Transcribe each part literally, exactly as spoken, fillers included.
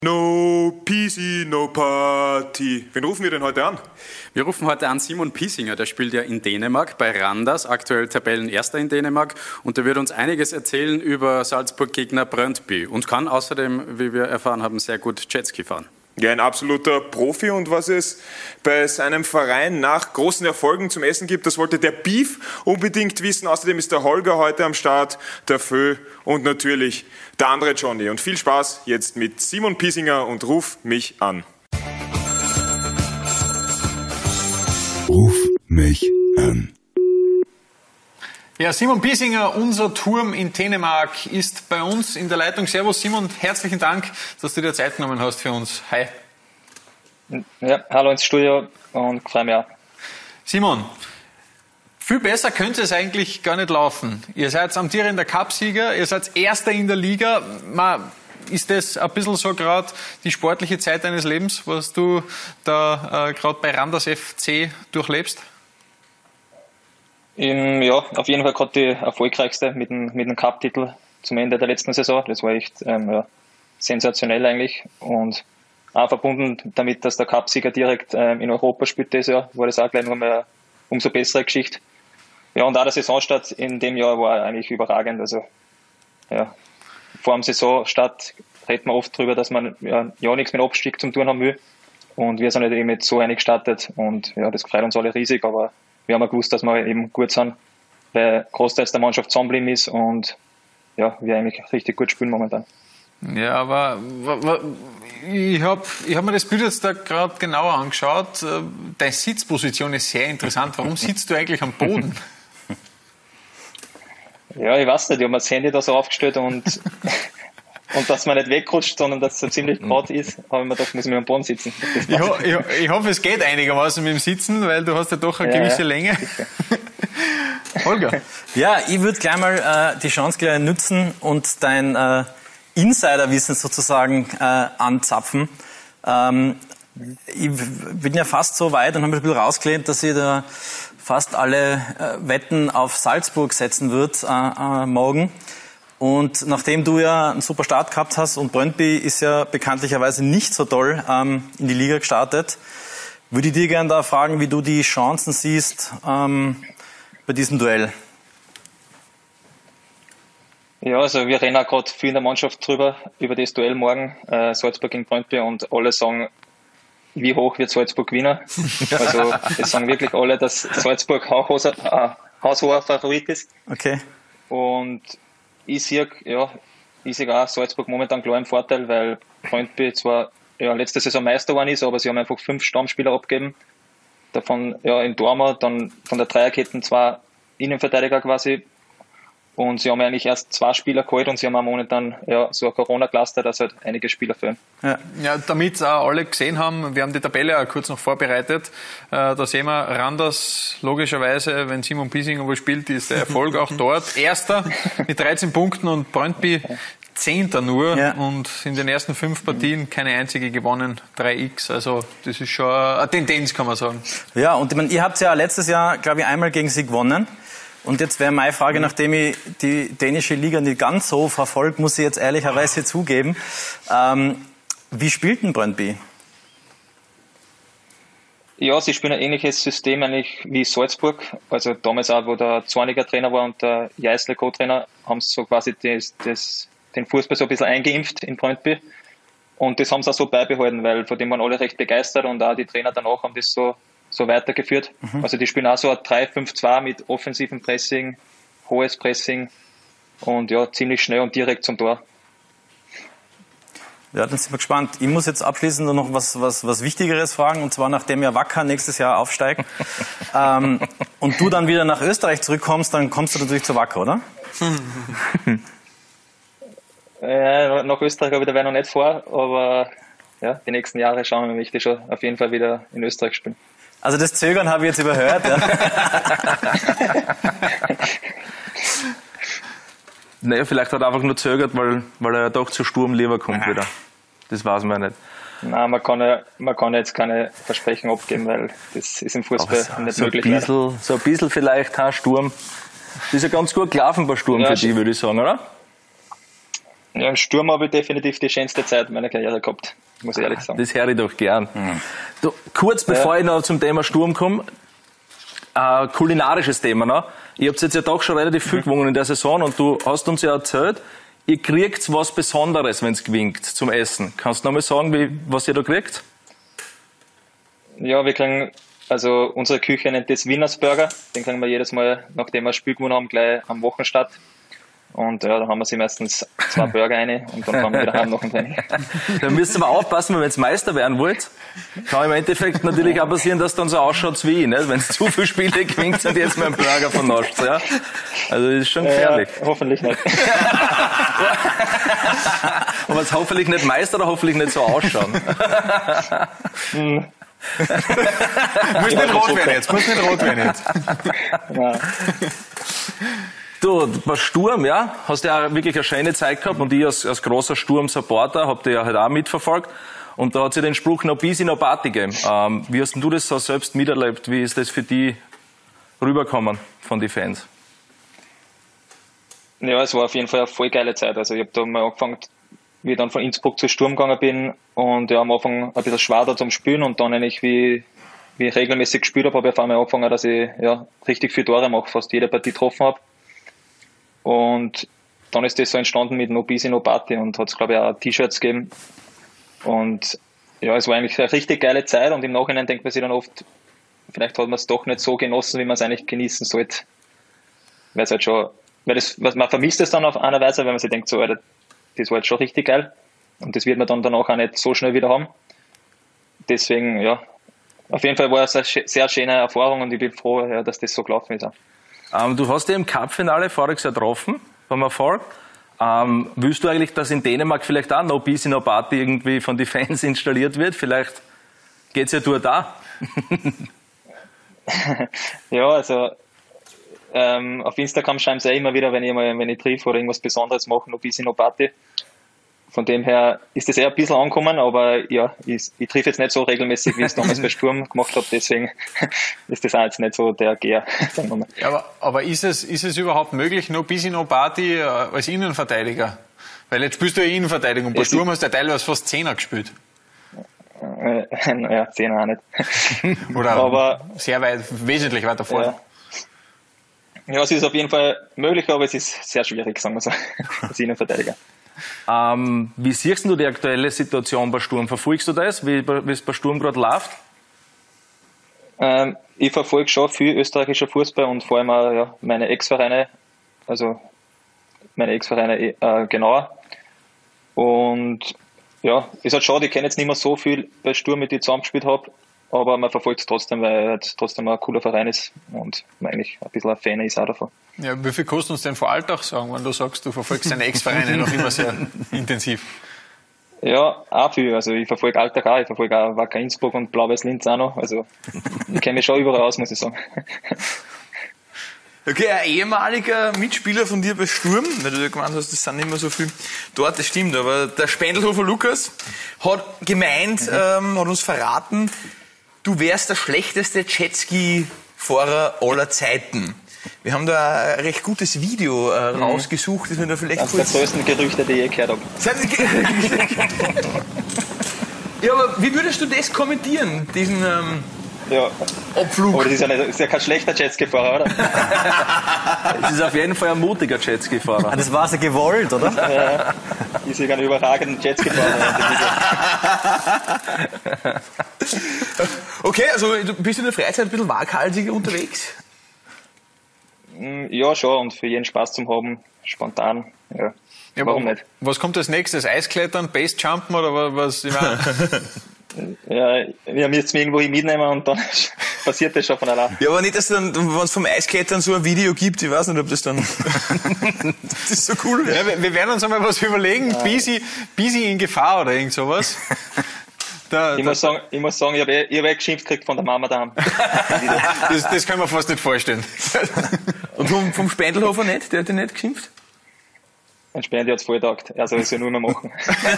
No Peasy, no Party. Wen rufen wir denn heute an? Wir rufen heute an Simon Piesinger, der spielt ja in Dänemark bei Randers, aktuell Tabellenerster in Dänemark, und der wird uns einiges erzählen über Salzburg-Gegner Brøndby und kann außerdem, wie wir erfahren haben, sehr gut Jetski fahren. Ja, ein absoluter Profi, und was es bei seinem Verein nach großen Erfolgen zum Essen gibt, das wollte der Beef unbedingt wissen. Außerdem ist der Holger heute am Start, der Fö und natürlich der andere Johnny. Und viel Spaß jetzt mit Simon Piesinger und Ruf mich an. Ruf mich an. Ja, Simon Piesinger, unser Turm in Dänemark, ist bei uns in der Leitung. Servus Simon, herzlichen Dank, dass du dir Zeit genommen hast für uns. Hi. Ja, hallo ins Studio und freue mich auch. Simon, viel besser könnte es eigentlich gar nicht laufen. Ihr seid amtierender Cupsieger, ihr seid Erster in der Liga. Man, ist das ein bisschen so gerade die sportliche Zeit deines Lebens, was du da äh, gerade bei Randers F C durchlebst? In, ja, auf jeden Fall gerade die erfolgreichste mit dem, mit dem Cup-Titel zum Ende der letzten Saison. Das war echt ähm, ja, sensationell eigentlich, und auch verbunden damit, dass der Cup-Sieger direkt ähm, in Europa spielt dieses Jahr, war das auch gleich noch mal eine umso bessere Geschichte. Ja, und auch der Saisonstart in dem Jahr war eigentlich überragend. Also ja, vor dem Saisonstart redet man oft drüber, dass man ja, ja nichts mit Abstieg zum tun haben will, und wir sind halt eben jetzt so einig gestartet, und ja, das freut uns alle riesig, aber wir haben auch gewusst, dass wir eben gut sind, weil großteils der Mannschaft zusammengeblieben ist und ja, wir eigentlich richtig gut spielen momentan. Ja, aber ich habe ich hab mir das Bild jetzt da gerade genauer angeschaut. Deine Sitzposition ist sehr interessant. Warum sitzt du eigentlich am Boden? Ja, ich weiß nicht, ich habe mir das Handy da so aufgestellt und und dass man nicht wegrutscht, sondern dass es so ziemlich gerade ist, habe ich mir gedacht, muss ich mir am Boden sitzen. Ich, ho ich, ich hoffe, es geht einigermaßen mit dem Sitzen, weil du hast ja doch eine ja, gewisse ja. Länge. Holger? Ja, ich würde gleich mal äh, die Chance gleich nutzen und dein äh, Insiderwissen sozusagen äh, anzapfen. Ähm, ich bin ja fast so weit und habe mich ein bisschen rausgelehnt, dass ich da fast alle äh, Wetten auf Salzburg setzen wird äh, äh, morgen. Und nachdem du ja einen super Start gehabt hast und Brøndby ist ja bekanntlicherweise nicht so toll ähm, in die Liga gestartet, würde ich dir gerne da fragen, wie du die Chancen siehst ähm, bei diesem Duell. Ja, also wir reden auch gerade viel in der Mannschaft drüber, über das Duell morgen, äh, Salzburg gegen Brøndby, und alle sagen, wie hoch wird Salzburg gewinnen. Also es sagen wirklich alle, dass Salzburg haushoher Favorit ist. Okay. Und ich sehe, ja, ich sehe auch Salzburg momentan klar im Vorteil, weil Brøndby zwar ja, letzte Saison Meister geworden ist, aber sie haben einfach fünf Stammspieler abgegeben. Davon ja in Dormer, dann von der Dreierkette zwei Innenverteidiger quasi. Und sie haben eigentlich erst zwei Spieler geholt, und sie haben auch momentan ja, so ein Corona-Cluster, dass halt einige Spieler fehlen. Ja, ja, damit auch alle gesehen haben, wir haben die Tabelle auch kurz noch vorbereitet. Äh, da sehen wir Randers, logischerweise, wenn Simon Piesinger wo spielt, ist der Erfolg auch dort. Erster mit dreizehn Punkten und Brøndby Zehnter nur, ja. Und in den ersten fünf Partien keine einzige gewonnen, drei X. Also das ist schon eine Tendenz, kann man sagen. Ja, und ich meine, ihr habt ja letztes Jahr, glaube ich, einmal gegen sie gewonnen. Und jetzt wäre meine Frage, nachdem ich die dänische Liga nicht ganz so verfolge, muss ich jetzt ehrlicherweise zugeben, ähm, wie spielt denn Brøndby? Ja, sie spielen ein ähnliches System eigentlich wie Salzburg. Also damals auch, wo der Zorniger Trainer war und der Jeißle Co-Trainer, haben sie so quasi das, das, den Fußball so ein bisschen eingeimpft in Brøndby. Und das haben sie auch so beibehalten, weil von dem waren alle recht begeistert, und auch die Trainer danach haben das so so weitergeführt. Mhm. Also die spielen auch so ein drei fünf zwei mit offensivem Pressing, hohes Pressing und ja, ziemlich schnell und direkt zum Tor. Ja, dann sind wir gespannt. Ich muss jetzt abschließend noch was, was, was Wichtigeres fragen, und zwar nachdem ja Wacker nächstes Jahr aufsteigt ähm, und du dann wieder nach Österreich zurückkommst, dann kommst du natürlich zu Wacker, oder? äh, nach Österreich habe ich dabei noch nicht vor, aber ja, die nächsten Jahre schauen wir, möchte ich schon auf jeden Fall wieder in Österreich spielen. Also das Zögern habe ich jetzt überhört. Ja. Naja, vielleicht hat er einfach nur zögert, weil, weil er ja doch zu Sturm lieber kommt wieder. Das weiß man ja nicht. Nein, man kann ja, man kann jetzt keine Versprechen abgeben, weil das ist im Fußball so, nicht so möglich. Ein bisschen, so ein bisschen vielleicht ein Sturm. Das ist ja ganz gut gelaufen bei Sturm ja, für dich, würde ich sagen, oder? Ja, im Sturm habe ich definitiv die schönste Zeit meiner Karriere gehabt, muss ich ehrlich sagen. Das höre ich doch gern. Mhm. Du, kurz bevor ja. ich noch zum Thema Sturm komme, äh, kulinarisches Thema noch. Ihr habt jetzt ja doch schon relativ viel mhm. gewonnen in der Saison und du hast uns ja erzählt, ihr kriegt was Besonderes, wenn es gewinnt, zum Essen. Kannst du noch mal sagen, wie, was ihr da kriegt? Ja, wir kriegen, also unsere Küche nennt das Wienersburger. Den kriegen wir jedes Mal, nachdem wir ein Spiel gewonnen haben, gleich am Wochenstart. Und ja, da haben wir sie meistens zwei Burger rein und dann fahren wir wieder heim nach dem Training. Da müsst ihr mal aufpassen, wenn ihr Meister werden wollt. Kann im Endeffekt natürlich auch passieren, dass dann so ausschaut wie ich, nicht? Wenn es zu viele Spiele gewinnt und jetzt mal einen Burger vernascht. Ja? Also das ist schon gefährlich. Ja, hoffentlich nicht. Aber es hoffentlich nicht Meister oder hoffentlich nicht so ausschauen. Hm. Muss nicht rot werden jetzt, muss nicht rot werden jetzt. Ja. Du, bei Sturm, ja, hast du ja wirklich eine schöne Zeit gehabt und ich als, als großer Sturm-Supporter hab dich ja halt auch mitverfolgt und da hat sich den Spruch noch bis in eine Party gegeben. Ähm, wie hast denn du das so selbst miterlebt? Wie ist das für dich rübergekommen von den Fans? Ja, es war auf jeden Fall eine voll geile Zeit. Also ich habe da mal angefangen, wie ich dann von Innsbruck zu Sturm gegangen bin und ja, am Anfang ein bisschen schwer da zum Spielen und dann eigentlich, wie, wie ich regelmäßig gespielt habe, habe ich auf einmal angefangen, dass ich ja, richtig viele Tore mache, fast jede Partie getroffen habe. Und dann ist das so entstanden mit No Busy, No Party und hat es, glaube ich, auch T-Shirts gegeben. Und ja, es war eigentlich eine richtig geile Zeit und im Nachhinein denkt man sich dann oft, vielleicht hat man es doch nicht so genossen, wie man es eigentlich genießen sollte. Weil es halt schon, weil das, man vermisst es dann auf einer Weise, weil man sich denkt, so, Alter, das war jetzt schon richtig geil. Und das wird man dann danach auch nicht so schnell wieder haben. Deswegen, ja, auf jeden Fall war es eine sehr schöne Erfahrung und ich bin froh, ja, dass das so gelaufen ist. Ähm, du hast ja im Cup-Finale voriges Jahr getroffen, beim Erfolg. Ähm, willst du eigentlich, dass in Dänemark vielleicht auch No Busy, No Party irgendwie von den Fans installiert wird? Vielleicht geht's ja durch da. Ja, also ähm, auf Instagram schreiben sie immer wieder, wenn ich mal, wenn ich triff oder irgendwas Besonderes mache, No Busy, No Party. Von dem her ist das eher ein bisschen angekommen, aber ja, ich, ich triff jetzt nicht so regelmäßig, wie ich es damals bei Sturm gemacht habe, deswegen ist das auch jetzt nicht so der Geher. Ja, aber, aber ist es, ist es überhaupt möglich, No Busy, No Party äh, als Innenverteidiger? Weil jetzt spielst du ja Innenverteidigung, bei Sturm hast du ja teilweise fast Zehner gespielt. Äh, naja, Zehner auch nicht. Oder aber, sehr weit, wesentlich weiter vorne. Ja. ja, es ist auf jeden Fall möglich, aber es ist sehr schwierig, sagen wir so, als Innenverteidiger. Ähm, wie siehst du die aktuelle Situation bei Sturm? Verfolgst du das, wie, wie es bei Sturm gerade läuft? Ähm, ich verfolge schon viel österreichischer Fußball und vor allem auch ja, meine Ex-Vereine, also meine Ex-Vereine äh, genauer. Und ja, ist halt schade, ich kenne jetzt nicht mehr so viel bei Sturm, mit denen ich zusammengespielt habe, aber man verfolgt es trotzdem, weil er halt trotzdem ein cooler Verein ist und man eigentlich ein bisschen ein Fan ist auch davon. Ja, wie viel kostet uns denn vor Alltag sagen, wenn du sagst, du verfolgst deine Ex-Vereine noch immer sehr intensiv? Ja, auch viel. Also ich verfolge Alltag auch, ich verfolge auch Wacker Innsbruck und Blau-Weiß Linz auch noch. Also ich kenne mich schon überall aus, muss ich sagen. Okay, ein ehemaliger Mitspieler von dir bei Sturm, weil du ja gemeint hast, das sind nicht mehr so viel dort, das stimmt, aber der Spendelhofer Lukas hat gemeint, mhm. ähm, hat uns verraten, du wärst der schlechteste Jetski-Fahrer aller Zeiten. Wir haben da ein recht gutes Video äh, mhm. rausgesucht, das wir da vielleicht das kurz... Das größten Gerüchte, die ich je gehört habe. Ja, aber wie würdest du das kommentieren, diesen... Ähm, Ja. Abflug. Aber das ist ja, nicht, das ist ja kein schlechter Jetski-Fahrer, oder? Das ist auf jeden Fall ein mutiger Jetski-Fahrer. Ah, das war so gewollt, oder? Ja, ich sehe einen überragenden Jetski-Fahrer. Okay, also du bist in der Freizeit ein bisschen waghalsiger unterwegs? Ja, schon, und für jeden Spaß zum haben, spontan, ja. Ja, warum nicht? Was kommt als nächstes? Eisklettern, Basejumpen oder was? Ich mein, ja, wir haben jetzt irgendwo mitnehmen und dann passiert das schon von allein. Ja, aber nicht, dass dann, wenn es vom Eisklettern so ein Video gibt, ich weiß nicht, ob das dann das ist so cool wäre. Ja, wir, wir werden uns einmal was überlegen, ja. Busy, busy in Gefahr oder irgend sowas. Da, ich, da, muss sagen, ich muss sagen, ich habe eh, hab eh geschimpft gekriegt von der Mama daheim. das, das kann man fast nicht vorstellen. Und vom, vom Spendelhofer nicht? Der hat dich nicht geschimpft? Ein Spender hat es voll getaugt. Er soll es ja nur mehr machen.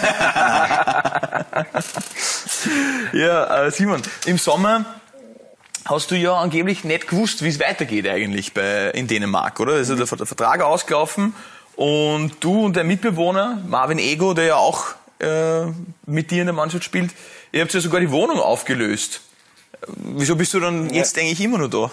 Ja, äh, Simon, im Sommer hast du ja angeblich nicht gewusst, wie es weitergeht eigentlich bei, in Dänemark, oder? Also der, der Vertrag ausgelaufen Und du und dein Mitbewohner, Marvin Ego, der ja auch äh, mit dir in der Mannschaft spielt, ihr habt ja sogar die Wohnung aufgelöst. Wieso bist du dann ja. jetzt eigentlich immer noch da?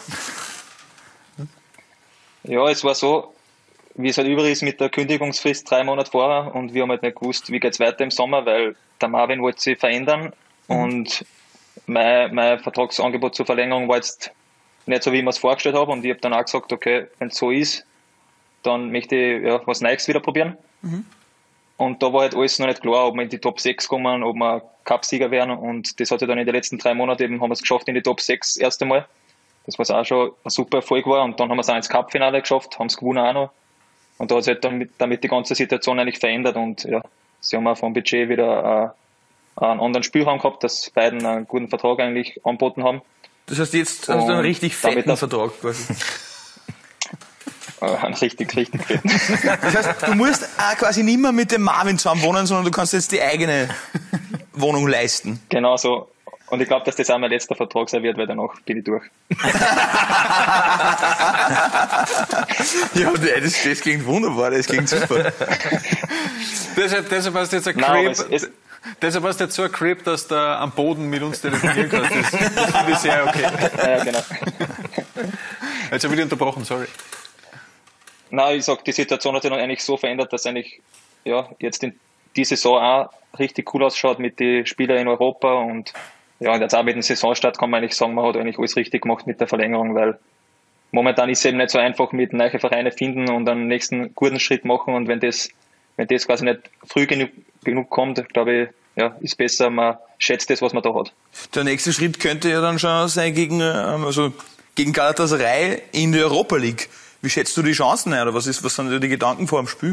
Ja, es war so, wie es halt übrig ist mit der Kündigungsfrist drei Monate vorher und wir haben halt nicht gewusst, wie geht's weiter im Sommer, weil der Marvin wollte sich verändern mhm. und mein, mein Vertragsangebot zur Verlängerung war jetzt nicht so, wie ich mir es vorgestellt habe und ich habe dann auch gesagt, okay, wenn es so ist, dann möchte ich ja, was Neues wieder probieren. Mhm. Und da war halt alles noch nicht klar, ob wir in die Top sechs kommen, ob wir Cup-Sieger werden und das hat ja dann in den letzten drei Monaten eben, haben wir es geschafft in die Top sechs das erste Mal. Das was auch schon ein super Erfolg war und dann haben wir es auch ins Cup-Finale geschafft, haben es gewonnen auch noch. Und da hat sich halt damit, damit die ganze Situation eigentlich verändert und ja, sie haben auch vom Budget wieder äh, einen anderen Spielraum gehabt, dass beiden einen guten Vertrag eigentlich angeboten haben. Das heißt, jetzt hast du einen richtig fetten Vertrag quasi. Ein richtig, richtig fetten. Das heißt, du musst auch quasi nicht mehr mit dem Marvin zusammen wohnen, sondern du kannst jetzt die eigene Wohnung leisten. Genau so. Und ich glaube, dass das auch mein letzter Vertrag sein wird, weil danach bin ich durch. Ja, das, das klingt wunderbar, das klingt super. Deshalb, deshalb hast du jetzt ein Crib, deshalb hast du jetzt so ein Crib, dass du am Boden mit uns telefonieren kannst. Das, das finde ich sehr okay. Ja, genau. Jetzt habe ich dich unterbrochen, sorry. Nein, ich sag, die Situation hat sich dann eigentlich so verändert, dass eigentlich ja, jetzt in die Saison auch richtig cool ausschaut mit den Spielern in Europa und ja, und jetzt auch mit dem Saisonstart kann man eigentlich sagen, man hat eigentlich alles richtig gemacht mit der Verlängerung, weil momentan ist es eben nicht so einfach mit neuen Vereinen finden und einen nächsten guten Schritt machen und wenn das, wenn das quasi nicht früh genug, genug kommt, glaube ich, ja, ist besser, man schätzt das, was man da hat. Der nächste Schritt könnte ja dann schon sein gegen, also gegen Galatasaray in der Europa League. Wie schätzt du die Chancen ein oder was ist, was sind die Gedanken vor dem Spiel?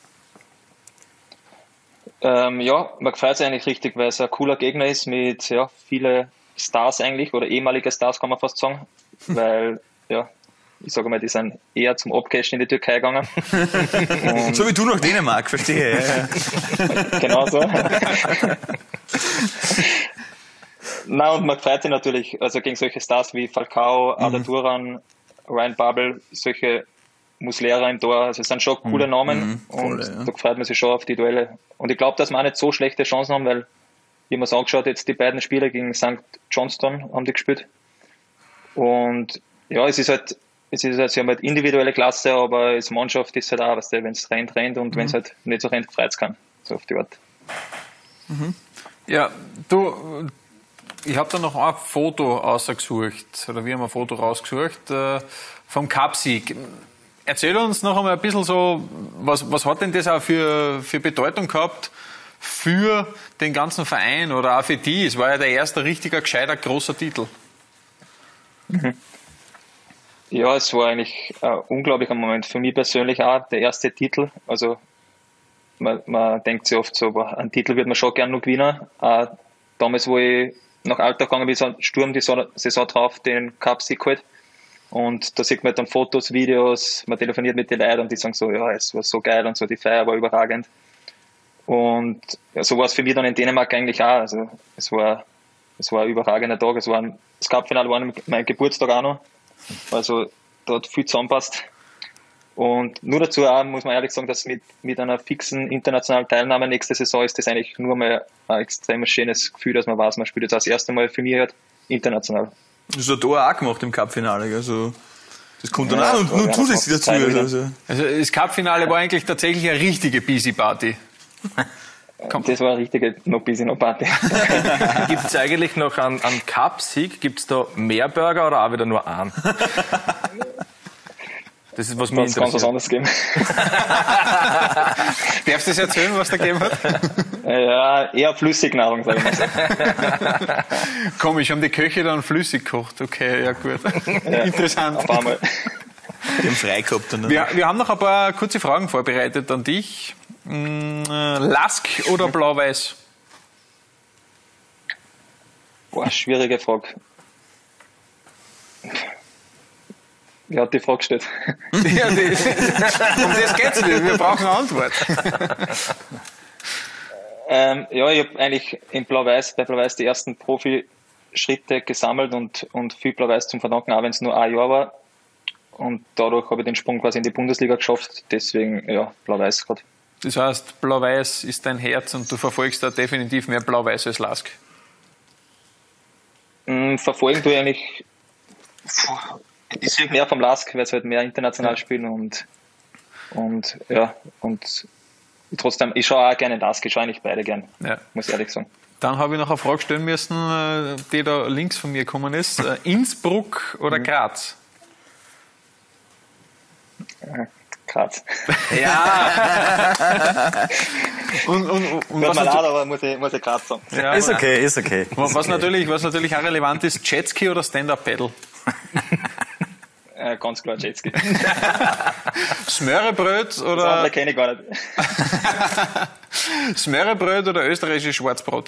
Ähm, ja, man freut sich eigentlich richtig, weil es ein cooler Gegner ist mit ja, viele Stars eigentlich oder ehemalige Stars kann man fast sagen, weil ja, ich sage mal, die sind eher zum Abcashen in die Türkei gegangen. So wie du nach Dänemark, verstehe. Ja. Genau so. Na und man freut sich natürlich, also gegen solche Stars wie Falcao, Arda mhm. Turan, Ryan Babel, solche Muslera im Tor, also es sind schon coole Namen mhm. und Voll, ja. da freut man sich schon auf die Duelle. Und ich glaube, dass wir auch nicht so schlechte Chancen haben, weil ich habe mir angeschaut, jetzt die beiden Spiele gegen Sankt Johnston haben die gespielt. Und ja, es ist halt, es ist halt, sie haben halt individuelle Klasse, aber als Mannschaft ist halt auch, weißt du, wenn es rennt, rennt und mhm. wenn es halt nicht so rennt, freut es kann. So auf die Art. Mhm. Ja, du, ich habe da noch ein Foto ausgesucht, oder wir haben ein Foto rausgesucht, äh, vom Cup-Sieg. Erzähl uns noch einmal ein bisschen so, was, was hat denn das auch für, für Bedeutung gehabt für den ganzen Verein oder auch für die? Es war ja der erste richtiger, gescheiter, großer Titel. Mhm. Ja, es war eigentlich ein unglaublicher Moment. Für mich persönlich auch der erste Titel. Also man, man denkt sich oft so, einen Titel wird man schon gerne noch gewinnen. Auch damals, wo ich nach Alter gegangen bin, so Sturm die Saison drauf, den Cup-Sieg geholt. Und da sieht man dann Fotos, Videos, man telefoniert mit den Leuten und die sagen so, ja, es war so geil und so, die Feier war überragend. Und ja, so war es für mich dann in Dänemark eigentlich auch. Also es war, es war ein überragender Tag. Es war ein, das Cup-Finale war mein Geburtstag auch noch. Also da hat viel zusammenpasst. Und nur dazu auch muss man ehrlich sagen, dass mit, mit einer fixen internationalen Teilnahme nächste Saison ist das eigentlich nur mal ein extrem schönes Gefühl, dass man weiß, man spielt jetzt auch das erste Mal für mich halt international. Das hat er auch gemacht im Cup-Finale. Also das kommt dann ja, auch und nur zusätzlich dazu. Also. also das Cup-Finale war eigentlich tatsächlich eine richtige Busy-Party. Das war eine richtige No-Busy-No-Party. Gibt es eigentlich noch einen, einen Cup-Sieg? Gibt es da mehr Burger oder auch wieder nur einen? Das ist, was mich interessiert. Ganz was anderes geben. Darfst du das erzählen, was da gegeben hat? Ja, eher Flüssignahrung, sag ich mal so. Komisch, haben die Köche dann flüssig gekocht? Okay, ja gut. Ja, interessant. Auf einmal. Die haben frei gehabt. Dann, wir, wir haben noch ein paar kurze Fragen vorbereitet an dich. Lask oder Blau-Weiß? Boah, schwierige Frage. Wer hat die Frage gestellt? Ja, die, um das geht's nicht. Wir brauchen eine Antwort. ähm, ja, ich habe eigentlich in Blau-Weiß, bei Blau-Weiß die ersten Profi-Schritte gesammelt und, und viel Blau-Weiß zum Verdanken, auch wenn es nur ein Jahr war. und dadurch habe ich den Sprung quasi in die Bundesliga geschafft. Deswegen, ja, Blau-Weiß gerade. Das heißt, Blau-Weiß ist dein Herz und du verfolgst da definitiv mehr Blau-Weiß als Lask. Mm, verfolgen tue ich eigentlich, ich sehe mehr vom Lask, weil sie halt mehr international spielen und, und ja, und trotzdem, ich schaue auch gerne Lask, ich schaue eigentlich beide gern, Ja. muss ich ehrlich sagen. Dann habe ich noch eine Frage stellen müssen, äh, die da links von mir gekommen ist. Äh, Innsbruck oder Graz? Graz. Ja, Und, und, und Tut was, mir leid, natu- aber muss ich, muss ich Graz sagen. ja, Ist okay, ist okay. was, natürlich, was natürlich auch relevant ist, Jetski oder Stand-Up-Paddle? Äh, ganz klar Jetski. Smörebröt Das oder andere kenne ich gar nicht. Smörebröt oder österreichisches Schwarzbrot?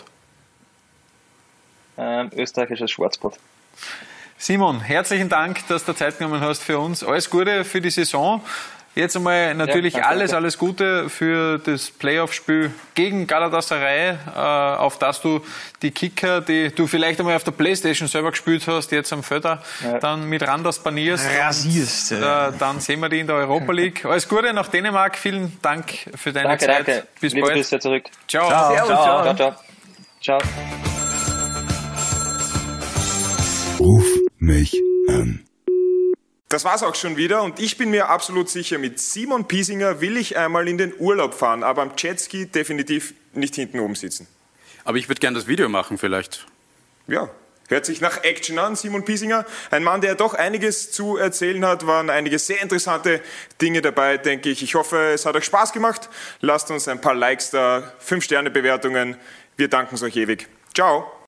Ähm, österreichisches Schwarzbrot. Simon, herzlichen Dank, dass du Zeit genommen hast für uns. Alles Gute für die Saison. Jetzt einmal natürlich Ja, danke, alles, danke. alles Gute für das Playoff-Spiel gegen Galatasaray, äh, auf das du die Kicker, die du vielleicht einmal auf der Playstation selber gespielt hast, jetzt am Föder, Ja. dann mit Randers banierst. Rasierst, Und, ja. äh, dann sehen wir die in der Europa League. Alles Gute nach Dänemark. Vielen Dank für deine Danke, Zeit. danke. Bis Liebe bald. Grüße zurück. Ciao. Servus, Ciao, ciao. Ciao. Ruf mich an. Das war's auch schon wieder und ich bin mir absolut sicher, mit Simon Piesinger will ich einmal in den Urlaub fahren, aber am Jetski definitiv nicht hinten oben sitzen. Aber ich würde gerne das Video machen vielleicht. Ja, hört sich nach Action an, Simon Piesinger. Ein Mann, der doch einiges zu erzählen hat, waren einige sehr interessante Dinge dabei, denke ich. Ich hoffe, es hat euch Spaß gemacht. Lasst uns ein paar Likes da, fünf Sterne Bewertungen. Wir danken es euch ewig. Ciao.